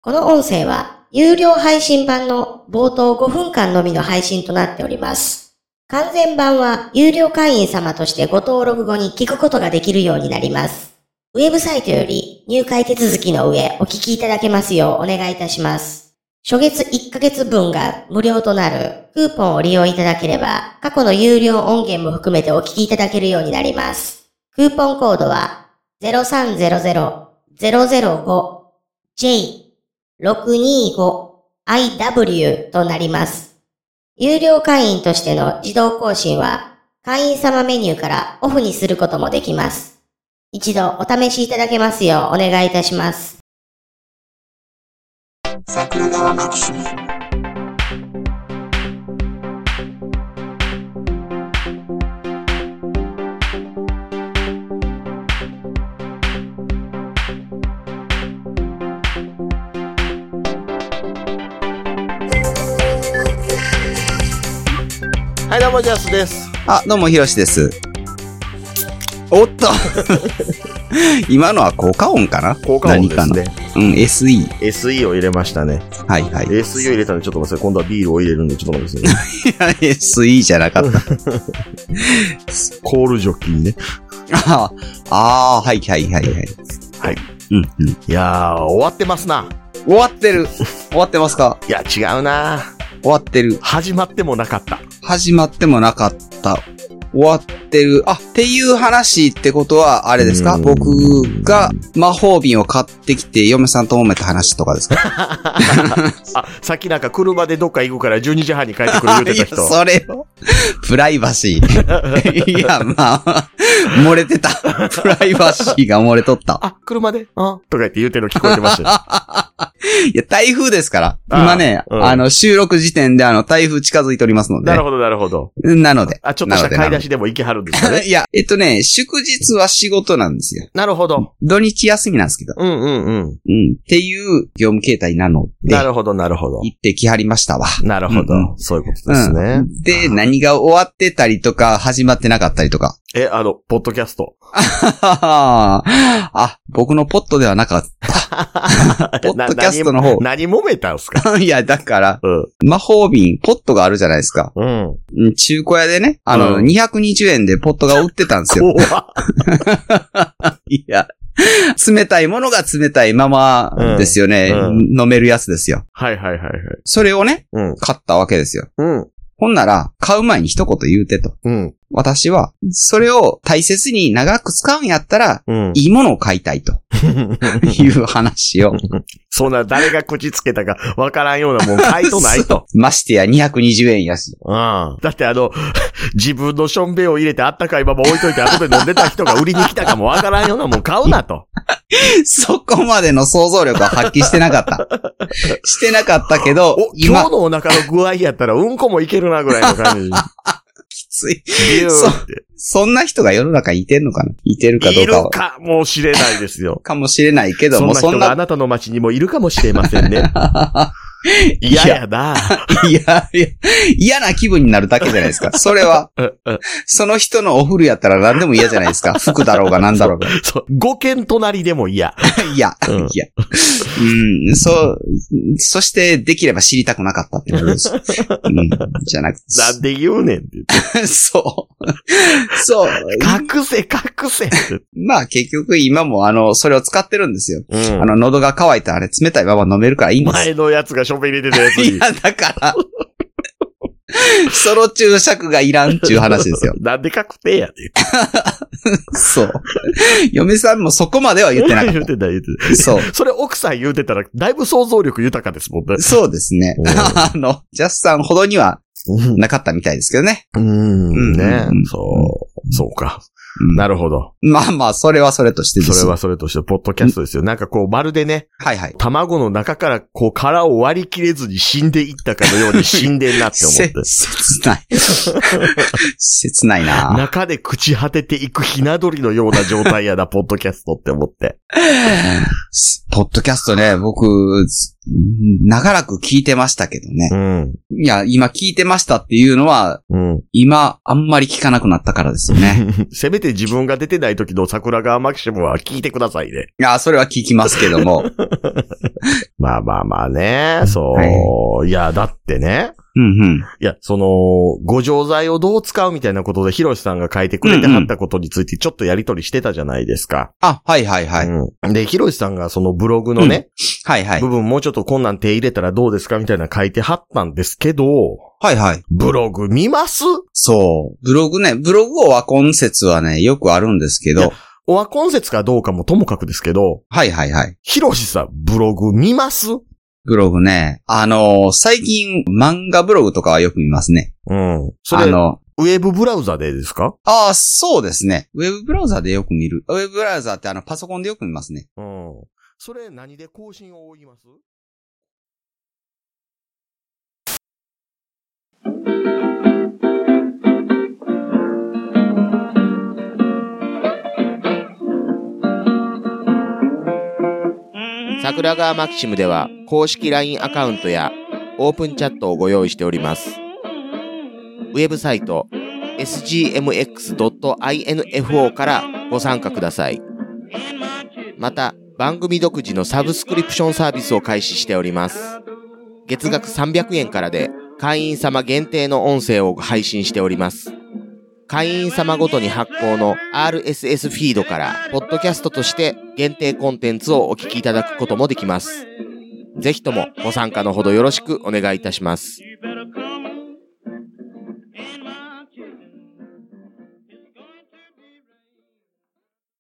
この音声は有料配信版の冒頭5分間のみの配信となっております。完全版は有料会員様としてご登録後に聞くことができるようになります。ウェブサイトより入会手続きの上お聞きいただけますようお願いいたします。初月1ヶ月分が無料となるクーポンを利用いただければ過去の有料音源も含めてお聞きいただけるようになります。クーポンコードは 0300-005J625IW となります。有料会員としての自動更新は会員様メニューからオフにすることもできます。一度お試しいただけますようお願いいたします。 桜川マキシム。 はい、どうもジャスです。 あ、どうもひろしです。おっと今のは効果音かな？ 効果音ですね。 うん、SE。 SE を入れましたね。 はいはい。 SE を入れたんでちょっと待って、今度はビールを入れるんでちょっと待ってくださいね。 いや、SE じゃなかった。 コールジョッキね。 はいはいはいはい。 はい。 うんうん。 いやー、終わってますな。 終わってる。終わってますか？ いや、違うな。 終わってる。 始まってもなかった。 始まってもなかった。終わってる。っていう話ってことは、あれですか？僕が魔法瓶を買ってきて、嫁さんと揉めた話とかですか？ さっきなんか車でどっか行くから12時半に帰ってくる言うてた人。 いや、それを。プライバシー。いや、まあ、漏れてた。プライバシーが漏れとった。 車でとか言って言うてるの聞こえてましたよ。 いや、台風ですから。今ね、収録時点で台風近づいておりますので。 なるほど、なるほど。 なので。 ちょっとした買い出しでも行けはるんですかね。 いや、祝日は仕事なんですよ。 なるほど。 土日休みなんですけど。っていう業務形態なので。 なるほど、なるほど。 行ってきはりましたわ。 なるほど。そういうことですね。 で、何が終わってたりとか、始まってなかったりとか。 ポッドキャスト。 僕のポットではなかった。ポッドキャストの方。 何揉めたんすか？ いや、だから、魔法瓶、ポットがあるじゃないですか。中古屋でね、220円でポットが売ってたんですよ。いや、冷たいものが冷たいままですよね。飲めるやつですよ。 はいはいはいはい。 それをね、買ったわけですよ。ほんなら、買う前に一言言うてと。私は、それを大切に長く使うんやったら、いいものを買いたいと。いう話を。 そんな誰が口つけたかわからんようなもん買いとないと。 ましてや220円やし。 だって自分のしょんべんを入れてあったかいまま置いといて後で飲んでた人が売りに来たかもわからんようなもん買うなと。 そこまでの想像力は発揮してなかった。してなかったけど、 今日のお腹の具合やったらうんこもいけるなぐらいの感じ。 きつい。そんな人が世の中にいてんのかな？いてるかどうかは。 いるかもしれないですよ。 かもしれないけども、 そんな人があなたの街にもいるかもしれませんね。嫌やな。 嫌な気分になるだけじゃないですか。それは。その人のお風呂やったら何でも嫌じゃないですか。服だろうが何だろうが。 5軒隣でも嫌。 そしてできれば知りたくなかったってことです。じゃなくて。 なんで言うねんって言って。 そう。 隠せ。 まあ結局今もそれを使ってるんですよ。喉が渇いたら冷たいまま飲めるからいいんです。 前のやつがしょんべん入れてたやつに。 いや、だから、ソロ注釈がいらんっていう話ですよ。 なんで確定やねん。 そう。嫁さんもそこまでは言ってなかった。 言ってた。そう。それ奥さん言うてたら、だいぶ想像力豊かですもんね。 そうですね。ジャスさんほどにはなかったみたいですけどね。 ね。そうか。なるほど。 まあまあ、それはそれとしてです。 それはそれとして、ポッドキャストですよ。なんかまるでね。 はいはい。 卵の中から殻を割り切れずに死んでいったかのように死んでんなって思って。 切ない。切ないな。 中で朽ち果てていくひな鳥のような状態やな、ポッドキャストって思って。 ポッドキャストね、僕、 長らく聞いてましたけどね。いや、今聞いてましたっていうのは、今、あんまり聞かなくなったからですよね。 せめて自分が出てない時の桜川マキシムは聞いてくださいね。 いや、それは聞きますけども。 まあね、そう。はい、いや、だってね。いや、ご錠剤をどう使うみたいなことで、ヒロシさんが書いてくれてはったことについてちょっとやりとりしてたじゃないですか。 はい。 で、ヒロシさんがそのブログのね、 はい。 部分もうちょっとこんなん手入れたらどうですかみたいな書いてはったんですけど、 はい。 ブログ見ます？ そう。ブログオワコン説はね、よくあるんですけど、 オワコン説かどうかもともかくですけど、 はい。 ヒロシさん、ブログ見ます？ ブログね。最近、漫画ブログとかはよく見ますね。 それ、ウェブブラウザでですか？ そうですね。ウェブブラウザでよく見る。ウェブブラウザってパソコンでよく見ますね。 それ何で更新を追います？ 桜川マキシムでは公式 LINE アカウントやオープンチャットをご用意しております。ウェブサイト sgmx.info からご参加ください。また、番組独自のサブスクリプションサービスを開始しております。月額300円からで会員様限定の音声を配信しております。会員様ごとに発行の RSS フィードから、ポッドキャストとして限定コンテンツをお聞きいただくこともできます。ぜひともご参加のほどよろしくお願いいたします。